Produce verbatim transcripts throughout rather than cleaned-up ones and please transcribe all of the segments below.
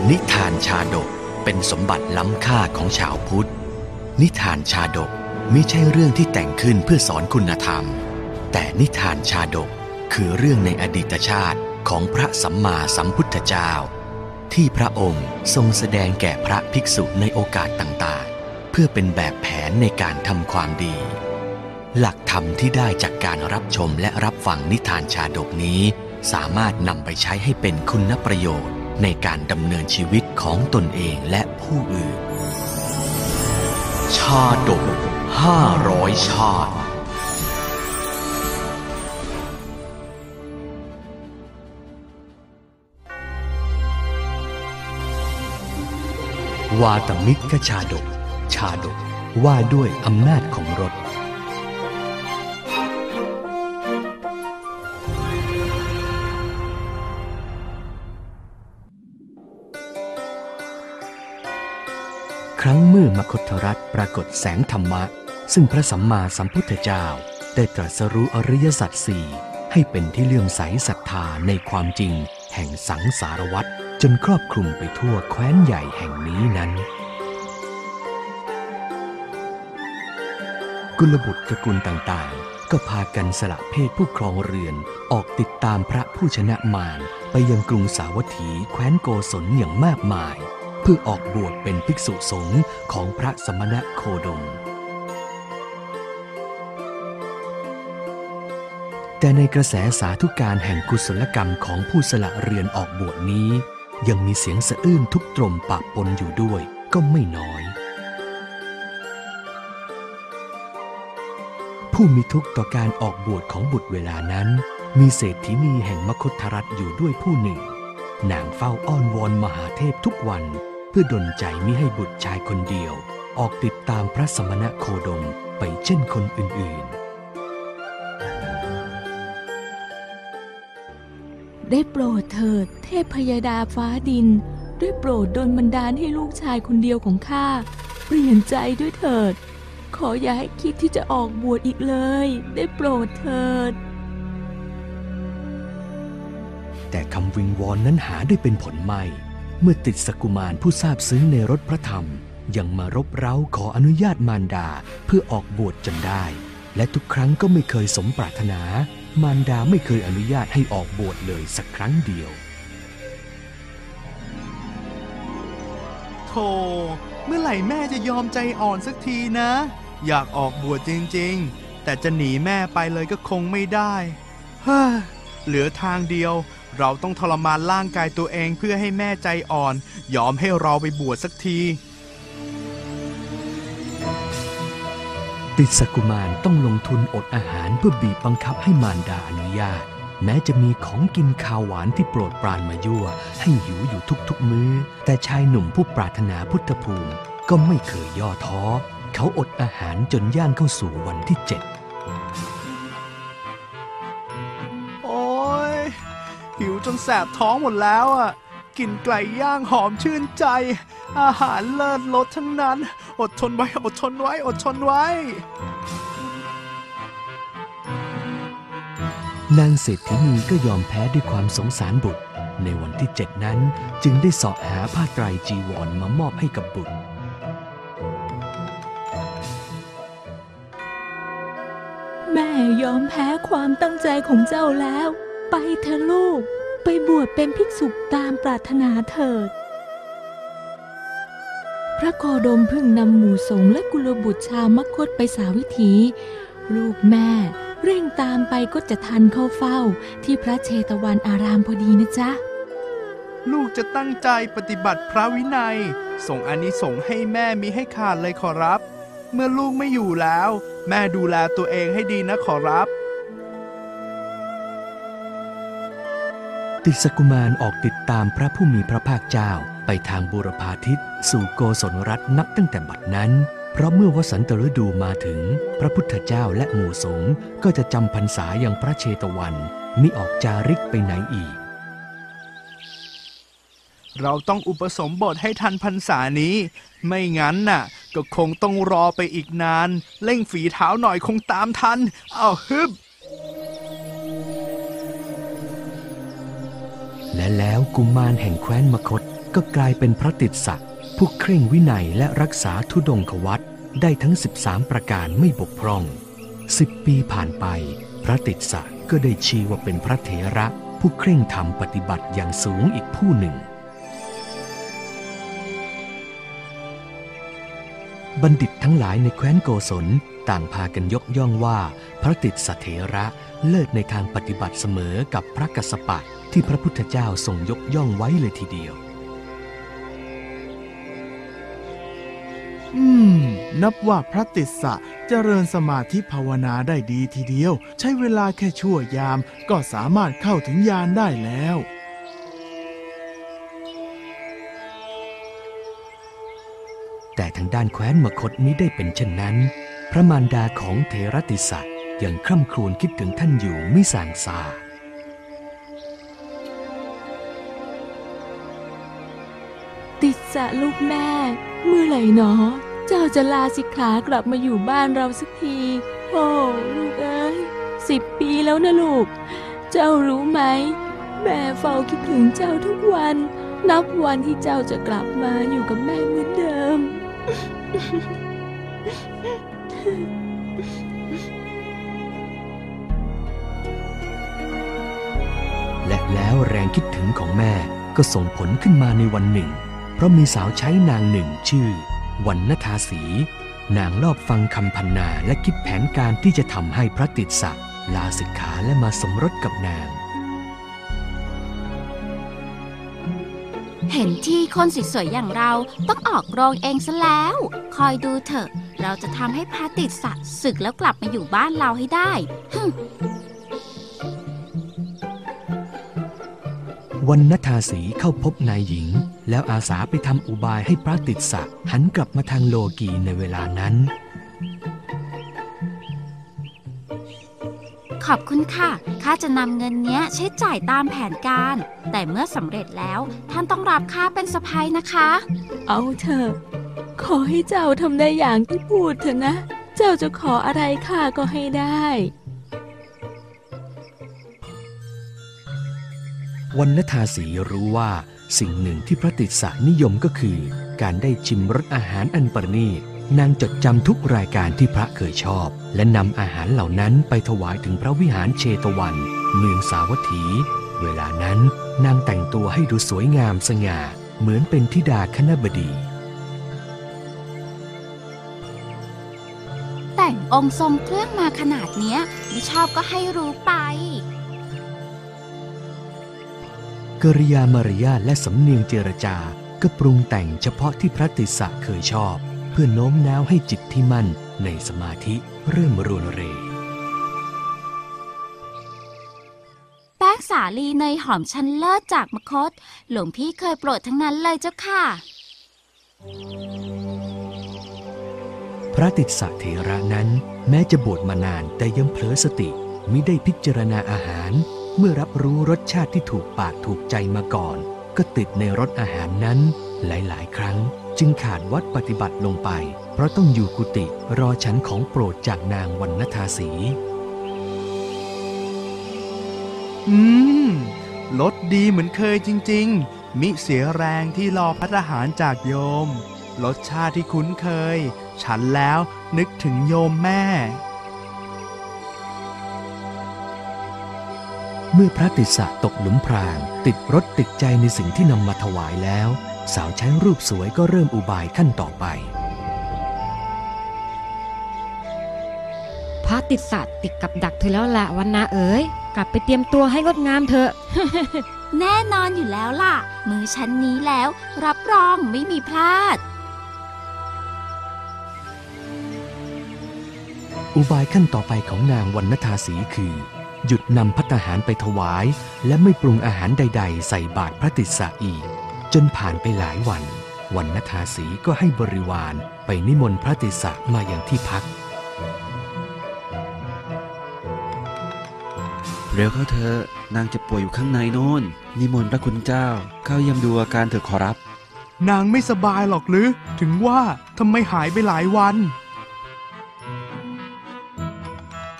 นิทานชาดกเป็นสมบัติล้ำค่าของชาวพุทธนิทานชาดกมิใช่เรื่องที่แต่งขึ้นเพื่อสอนคุณธรรมแต่นิทานชาดกคือเรื่องในอดีตชาติของพระสัมมาสัมพุทธเจ้าที่พระองค์ทรงแสดงแก่พระภิกษุในโอกาสต่างๆเพื่อเป็นแบบแผนในการทำความดีหลักธรรมที่ได้จากการรับชมและรับฟังนิทานชาดกนี้สามารถนำไปใช้ให้เป็นคุณประโยชน์ในการดำเนินชีวิตของตนเองและผู้อื่นชาดกห้าร้อยชาติวาตมิกขชาดกชาดกว่าด้วยอำนาจของรถครั้งเมื่อมคธรัฐปรากฏแสงธรรมะซึ่งพระสัมมาสัมพุทธเจ้าได้ตรัสรู้อริยสัจสี่ให้เป็นที่เลื่อมใสศรัทธาในความจริงแห่งสังสารวัฏจนครอบคลุมไปทั่วแคว้นใหญ่แห่งนี้นั้นกุลบุตรตระกูลต่างๆก็พากันสละเพศผู้ครองเรือนออกติดตามพระผู้ชนะมารไปยังกรุงสาวัตถีแคว้นโกศลอย่างมากมายเพื่อออกบวชเป็นภิกษุสงฆ์ของพระสมณโคดมแต่ในกระแสสาธุการแห่งกุศลกรรมของผู้สละเรือนออกบวชนี้ยังมีเสียงสะอื้นทุกตรมปะปนอยู่ด้วยก็ไม่น้อยผู้มีทุกข์ต่อการออกบวชของบุตรเวลานั้นมีเศรษฐินีแห่งมคธรัฐอยู่ด้วยผู้หนึ่งนางเฝ้าอ้อนวอนมหาเทพทุกวันเพื่อดลใจมิให้บุตรชายคนเดียวออกติดตามพระสมณโคดมไปเช่นคนอื่นๆได้โปรดเถิดเทพพยดาฟ้าดินด้วยโปรดดลบันดาลให้ลูกชายคนเดียวของข้าเปลี่ยนใจด้วยเถิดขออย่าให้คิดที่จะออกบวชอีกเลยได้โปรดเถิดแต่คำวิงวอนนั้นหาได้เป็นผลไม่เมื่อติดสกุมารผู้ซาบซึ้งในรสพระธรรมยังมารบเร้าขออนุญาตมารดาเพื่อออกบวชจนได้และทุกครั้งก็ไม่เคยสมปรารถนามารดาไม่เคยอนุญาตให้ออกบวชเลยสักครั้งเดียวโธ่เมื่อไหร่แม่จะยอมใจอ่อนสักทีนะอยากออกบวชจริงๆแต่จะหนีแม่ไปเลยก็คงไม่ได้เฮ้อเหลือทางเดียวเราต้องทรมานร่างกายตัวเองเพื่อให้แม่ใจอ่อนยอมให้เราไปบวชสักทีติดสกุมารต้องลงทุนอดอาหารเพื่อบีบบังคับให้มารดาอนุญาตแม้จะมีของกินข้าวหวานที่โปรดปรานมายั่วให้หิวอยู่ทุกๆมื้อแต่ชายหนุ่มผู้ปรารถนาพุทธภูมิก็ไม่เคยย่อท้อเขาอดอาหารจนย่างเข้าสู่วันที่เจ็ดโอ๊ยหิวจนแสบท้องหมดแล้วอ่ะกลิ่นไก่ย่างหอมชื่นใจอาหารเลิศรสทั้งนั้นอดทนไว้อดทนไว้อดทนไว้นางเศรษฐินีก็ยอมแพ้ด้วยความสงสารบุตรในวันที่เจ็ดนั้นจึงได้เสาะหาผ้าไตรจีวรมามอบให้กับบุตรแม่ยอมแพ้ความตั้งใจของเจ้าแล้วไปเถอะลูกไปบวชเป็นภิกษุตามปรารถนาเถิดพระโคดมพึ่งนำหมู่สงฆ์และกุลบุตรชาวมคธไปสาวิถีลูกแม่เร่งตามไปก็จะทันเข้าเฝ้าที่พระเชตวันอารามพอดีนะจ๊ะลูกจะตั้งใจปฏิบัติพระวินัยส่งอานิสงส์ให้แม่มิให้ขาดเลยขอรับเมื่อลูกไม่อยู่แล้วแม่ดูแลตัวเองให้ดีนะขอรับติดสกุมารออกติดตามพระผู้มีพระภาคเจ้าไปทางบูรพาทิศสู่โกศลรัฐนับตั้งแต่บัดนั้นเพราะเมื่อวสันตฤดูมาถึงพระพุทธเจ้าและหมู่สงฆ์ก็จะจำพรรษาอย่างพระเชตวันมิออกจาริกไปไหนอีกเราต้องอุปสมบทให้ทันพรรษานี้ไม่งั้นน่ะก็คงต้องรอไปอีกนานเร่งฝีเท้าหน่อยคงตามทันเอาฮึบและแล้วกุมารแห่งแคว้นมคธก็กลายเป็นพระติสสะผู้เคร่งวินัยและรักษาธุดงควัตรได้ทั้งสิบสามประการไม่บกพร่องสิบปีผ่านไปพระติสสะก็ได้ชื่อว่าเป็นพระเถระผู้เคร่งธรรมปฏิบัติอย่างสูงอีกผู้หนึ่งบัณฑิตทั้งหลายในแคว้นโกศลต่างพากันยกย่องว่าพระติสสะเถระเลิศในทางปฏิบัติเสมอกับพระกัสสปะที่พระพุทธเจ้าทรงยกย่องไว้เลยทีเดียวอืมนับว่าพระติสสะเจริญสมาธิภาวนาได้ดีทีเดียวใช้เวลาแค่ชั่วยามก็สามารถเข้าถึงญาณได้แล้วแต่ทางด้านแคว้นมคธมิได้เป็นเช่นนั้นพระมารดาของเถรติสสะยังคร่ำครวญคิดถึงท่านอยู่มิส่างซาติสสะลูกแม่เมื่อไหร่หนอเจ้าจะลาสิกขากลับมาอยู่บ้านเราสักทีโอ้ลูกเอ้ยสิบปีแล้วนะลูกเจ้ารู้ไหมแม่เฝ้าคิดถึงเจ้าทุกวันนับวันที่เจ้าจะกลับมาอยู่กับแม่เหมือนเดิมและแล้วแรงคิดถึงของแม่ก็ส่งผลขึ้นมาในวันหนึ่งเพราะมีสาวใช้นางหนึ่งชื่อวรรณทาสีนางลอบฟังคำพรรณนาและคิดแผนการที่จะทำให้พระติสสะลาสิกขาและมาสมรสกับนางเห็นที่คนสวยๆอย่างเราต้องออกโรงเองซะแล้วคอยดูเถอะเราจะทำให้พระติสสะสึกแล้วกลับมาอยู่บ้านเราให้ได้วรรณทาสีเข้าพบนายหญิงแล้วอาสาไปทำอุบายให้พระติสสะหันกลับมาทางโลกีในเวลานั้นขอบคุณค่ะข้าจะนำเงินเนี้ยใช้จ่ายตามแผนการแต่เมื่อสำเร็จแล้วท่านต้องรับข้าเป็นสะใภ้นะคะเอาเถอะขอให้เจ้าทำได้อย่างที่พูดเถอะนะเจ้าจะขออะไรข้าก็ให้ได้วรรณทาสีรู้ว่าสิ่งหนึ่งที่พระติสสะนิยมก็คือการได้ชิมรสอาหารอันประณีตนางจดจำทุกรายการที่พระเคยชอบและนำอาหารเหล่านั้นไปถวายถึงพระวิหารเชตวันเมืองสาวัตถีเวลานั้นนางแต่งตัวให้ดูสวยงามสง่าเหมือนเป็นธิดาคณบดีแต่งองค์ทรงเครื่องมาขนาดเนี้ยไม่ชอบก็ให้รู้ไปกริยามารยาทและสำเนียงเจรจาก็ปรุงแต่งเฉพาะที่พระติสสะเคยชอบเพื่อโน้มน้าวให้จิตที่มั่นในสมาธิเริ่มรวนเรแป้งสาลีเนยหอมชั้นเลิศจากมคธหลวงพี่เคยโปรดทั้งนั้นเลยเจ้าค่ะพระติสสะเถระนั้นแม้จะบวชมานานแต่ยังเผลอสติมิได้พิจารณาอาหารเมื่อรับรู้รสชาติที่ถูกปากถูกใจมาก่อนก็ติดในรสอาหารนั้นหลายๆครั้งจึงขาดวัดปฏิบัติลงไปเพราะต้องอยู่กุฏิรอฉันของโปรดจากนางวรรณทาสีอืมรสดีเหมือนเคยจริงๆมิเสียแรงที่รอภัตตาหารจากโยมรสชาติที่คุ้นเคยฉันแล้วนึกถึงโยมแม่เมื่อพระติสสะตกหลุมพรางติดรสติดใจในสิ่งที่นำมาถวายแล้วสาวใช้รูปสวยก็เริ่มอุบายขั้นต่อไปพระติสสะติดกับดักเธอแล้วละวรรณาเอ๋ยกลับไปเตรียมตัวให้งดงามเถอะแน่นอนอยู่แล้วล่ะมือชั้นนี้แล้วรับรองไม่มีพลาดอุบายขั้นต่อไปของนางวรรณทาสีคือหยุดนำภัตตาหารไปถวายและไม่ปรุงอาหารใดๆใส่บาตรพระติสสะอีกจนผ่านไปหลายวันวรรณทาสีก็ให้บริวารไปนิมนต์พระติสสะมาอย่างที่พักเร็วเข้าเถอะนางจะป่วยอยู่ข้างในโน่นนิมนต์พระคุณเจ้าเข้าเยี่ยมดูอาการเถอะขอรับนางไม่สบายหรอกหรือถึงว่าทำไมหายไปหลายวัน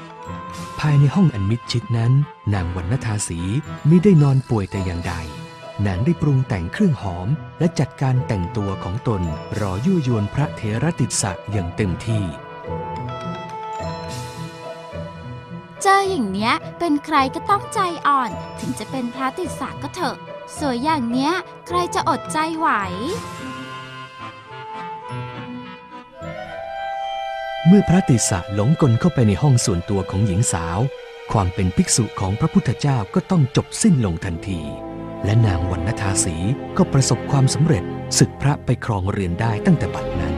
ภายในห้องอันมิดชิดนั้นนางวรรณทาสีมิได้นอนป่วยแต่อย่างใดนางได้ปรุงแต่งเครื่องหอมและจัดการแต่งตัวของตนรอยั่วยวนพระเถรติสสะอย่างเต็มที่เจออย่างเนี้ยเป็นใครก็ต้องใจอ่อนถึงจะเป็นพระติสสะก็เถอะสวยอย่างเนี้ยใครจะอดใจไหวเมื่อพระติสสะหลงกลเข้าไปในห้องส่วนตัวของหญิงสาวความเป็นภิกษุของพระพุทธเจ้าก็ต้องจบสิ้นลงทันทีและนางวรรณทาสีก็ประสบความสำเร็จศึกพระไปครองเรือนได้ตั้งแต่บัดนั้น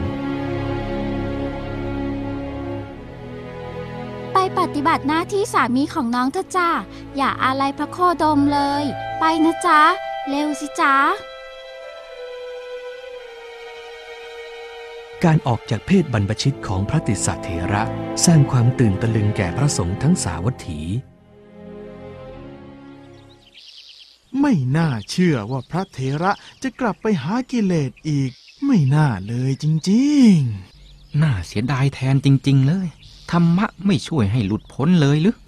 ไปปฏิบัติหน้าที่สามีของน้องเถอะจ้าอย่าอาลัยพระโคดมเลยไปนะจ๊ะเร็วสิจ๊ะการออกจากเพศบรรพชิตของพระติสสะเถระสร้างความตื่นตะลึงแก่พระสงฆ์ทั้งสาวัตถีไม่น่าเชื่อว่าพระเถระจะกลับไปหากิเลสอีกไม่น่าเลยจริงๆน่าเสียดายแทนจริงๆเลยธรรมะไม่ช่วยให้หลุดพ้นเลยหรือ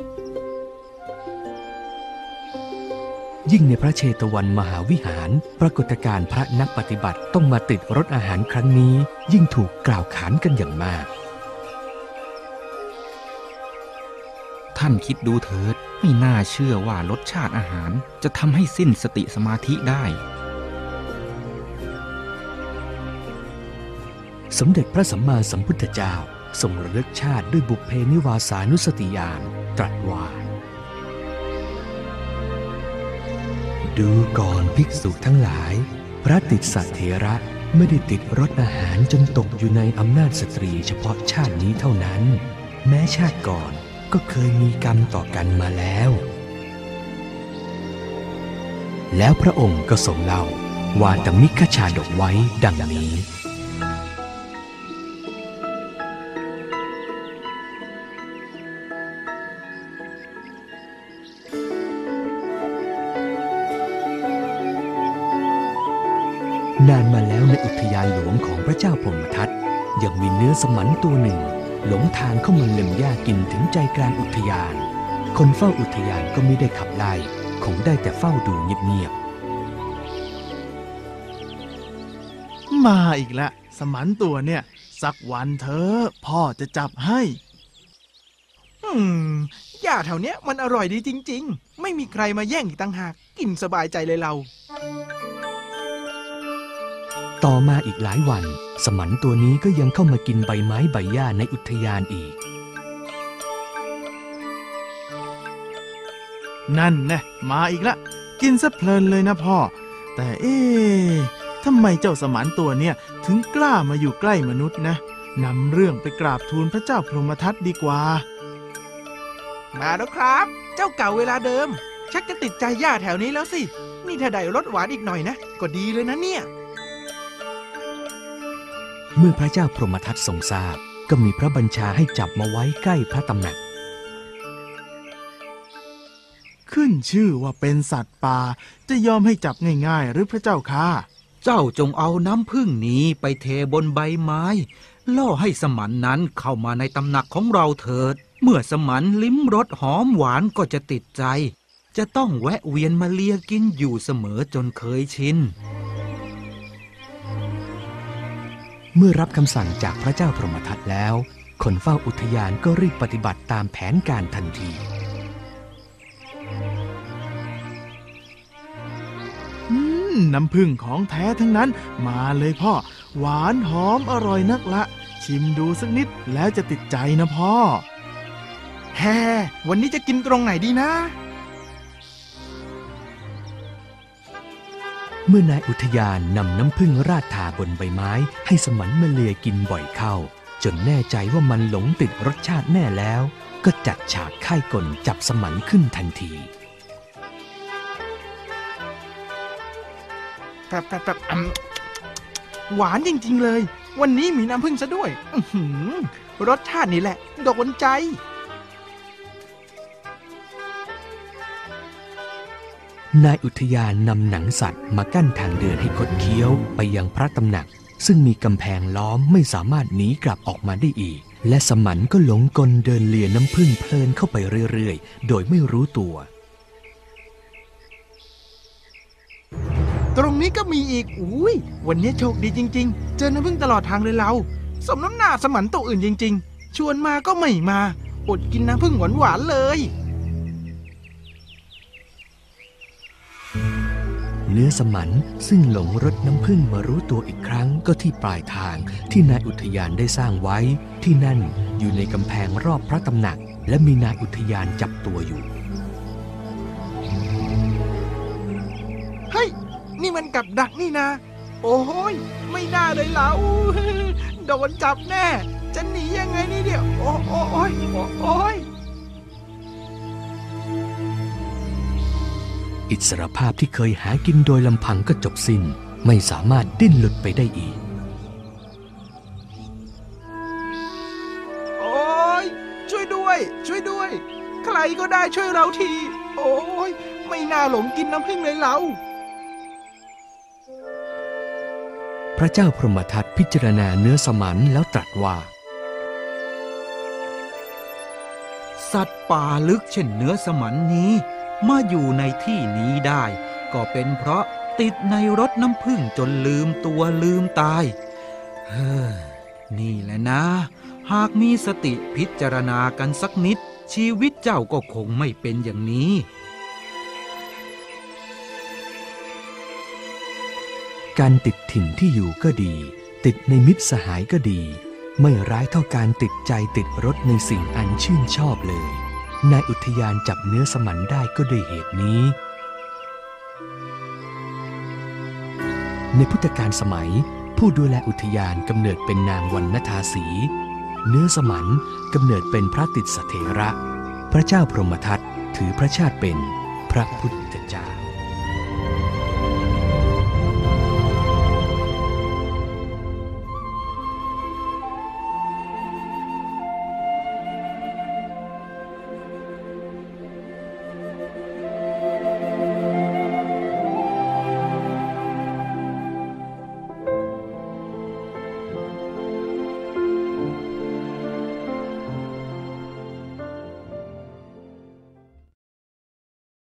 ยิ่งในพระเชตวันมหาวิหารปรากฏการณ์พระนักปฏิบัติต้องมาติดรสอาหารครั้งนี้ยิ่งถูกกล่าวขานกันอย่างมากท่านคิดดูเถิดไม่น่าเชื่อว่ารสชาติอาหารจะทำให้สิ้นสติสมาธิได้สมเด็จพระสัมมาสัมพุทธเจ้าทรงระลึกชาติด้วยบุพเพนิวาสานุสติญาณตรัสว่าดูก่อนภิกษุทั้งหลายพระติสสะเถระไม่ได้ติดรสอาหารจนตกอยู่ในอำนาจสตรีเฉพาะชาตินี้เท่านั้นแม้ชาติก่อนก็เคยมีกรรมต่อกันมาแล้วแล้วพระองค์ก็ทรงเล่าวาตมิคชาดกไว้ดังนี้นานมาแล้วในอุทยานหลวงของพระเจ้าพรหมทัตยังมีเนื้อสมันตัวหนึ่งหลงทางเข้ามาเล็มหญ้ากินถึงใจกลางอุทยานคนเฝ้าอุทยานก็ไม่ได้ขับไล่คงได้แต่เฝ้าดูเงียบๆมาอีกแล้วสมันตัวเนี่ยสักวันเธอพ่อจะจับให้อืมหญ้าแถวเนี้ยมันอร่อยดีจริงๆไม่มีใครมาแย่งอีกต่างหากกินสบายใจเลยเราต่อมาอีกหลายวันสมันตัวนี้ก็ยังเข้ามากินใบไม้ใบหญ้าในอุทยานอีกนั่นแน่มาอีกละกินซะเพลินเลยนะพ่อแต่เอ๊ะทำไมเจ้าสมันตัวเนี่ยถึงกล้ามาอยู่ใกล้มนุษย์นะนำเรื่องไปกราบทูลพระเจ้าพรหมทัตดีกว่ามาแล้วครับเจ้าเก่าเวลาเดิมชักจะติดใจหญ้าแถวนี้แล้วสินี่ถ้าได้รสหวานอีกหน่อยนะก็ดีเลยนะเนี่ยเมื่อพระเจ้าพรหมทัตทรงทราบก็มีพระบัญชาให้จับมาไว้ใกล้พระตำหนักขึ้นชื่อว่าเป็นสัตว์ป่าจะยอมให้จับง่ายๆหรือพระเจ้าค่ะเจ้าจงเอาน้ำผึ้งนี้ไปเทบนใบไม้ล่อให้สมันนั้นเข้ามาในตำหนักของเราเถิดเมื่อสมันลิ้มรสหอมหวานก็จะติดใจจะต้องแวะเวียนมาเลียกินอยู่เสมอจนเคยชินเมื่อรับคำสั่งจากพระเจ้าพรหมทัตแล้วคนเฝ้าอุทยานก็รีบปฏิบัติตามแผนการทันทีอืมน้ำผึ้งของแท้ทั้งนั้นมาเลยพ่อหวานหอมอร่อยนักละชิมดูสักนิดแล้วจะติดใจนะพ่อแฮ่วันนี้จะกินตรงไหนดีนะเมื่อนายอุทยานนำน้ำผึ้งราดทาบนใบไม้ให้สมันมาเลียกินบ่อยเข้าจนแน่ใจว่ามันหลงติดรสชาติแน่แล้วก็จัดฉากค่ายกลจับสมันขึ้นทันทีแบบแบบแบบหวานจริงๆเลยวันนี้มีน้ำผึ้งซะด้วยอื้อหือรสชาตินี่แหละโดนใจนายอุทยานนำหนังสัตว์มากั้นทางเดินให้คดเคี้ยวไปยังพระตำหนักซึ่งมีกำแพงล้อมไม่สามารถหนีกลับออกมาได้อีกและสมันก็หลงกลเดินเลียน้ำผึ้งเพลินเข้าไปเรื่อยๆโดยไม่รู้ตัวตรงนี้ก็มีอีกอุ้ยวันนี้โชคดีจริงๆเจอน้ำผึ้งตลอดทางเลยเราสมน้ำหน้าสมันตัวอื่นจริงๆชวนมาก็ไม่มาอดกินน้ำผึ้งหวานๆเลยเนื้อสมันซึ่งหลงรสน้ำผึ้งมารู้ตัวอีกครั้งก็ที่ปลายทางที่นายอุทยานได้สร้างไว้ที่นั่นอยู่ในกำแพงรอบพระตำหนักและมีนายอุทยานจับตัวอยู่เฮ้ยนี่มันกับดักนี่นะโอ้โหยไม่น่าเลยเราโดนจับแน่จะหนียังไงนี่เดี๋ยวโอ้โอ้ยโอ้โอ้ยอิสรภาพที่เคยหากินโดยลำพังก็จบสิ้นไม่สามารถดิ้นหลุดไปได้อีกโอ้ยช่วยด้วยช่วยด้วยใครก็ได้ช่วยเราทีโอ้ยไม่น่าหลงกินน้ำผึ้งเลยเราพระเจ้าพรหมทัตพิจารณาเนื้อสมันแล้วตรัสว่าสัตว์ป่าลึกเช่นเนื้อสมันนี้มาอยู่ในที่นี้ได้ก็เป็นเพราะติดในรสน้ำผึ้งจนลืมตัวลืมตายเฮ้อนี่แหละนะหากมีสติพิจารณากันสักนิดชีวิตเจ้าก็คงไม่เป็นอย่างนี้การติดถิ่นที่อยู่ก็ดีติดในมิตรสหายก็ดีไม่ร้ายเท่าการติดใจติดรสในสิ่งอันชื่นชอบเลยนายอุทยานจับเนื้อสมันได้ก็ด้วยเหตุนี้ในพุทธกาลสมัยผู้ดูแลอุทยานกำเนิดเป็นนางวรรณทาสีเนื้อสมันกำเนิดเป็นพระติสสเถระพระเจ้าพรหมทัตถือพระชาติเป็นพระพุทธเจ้า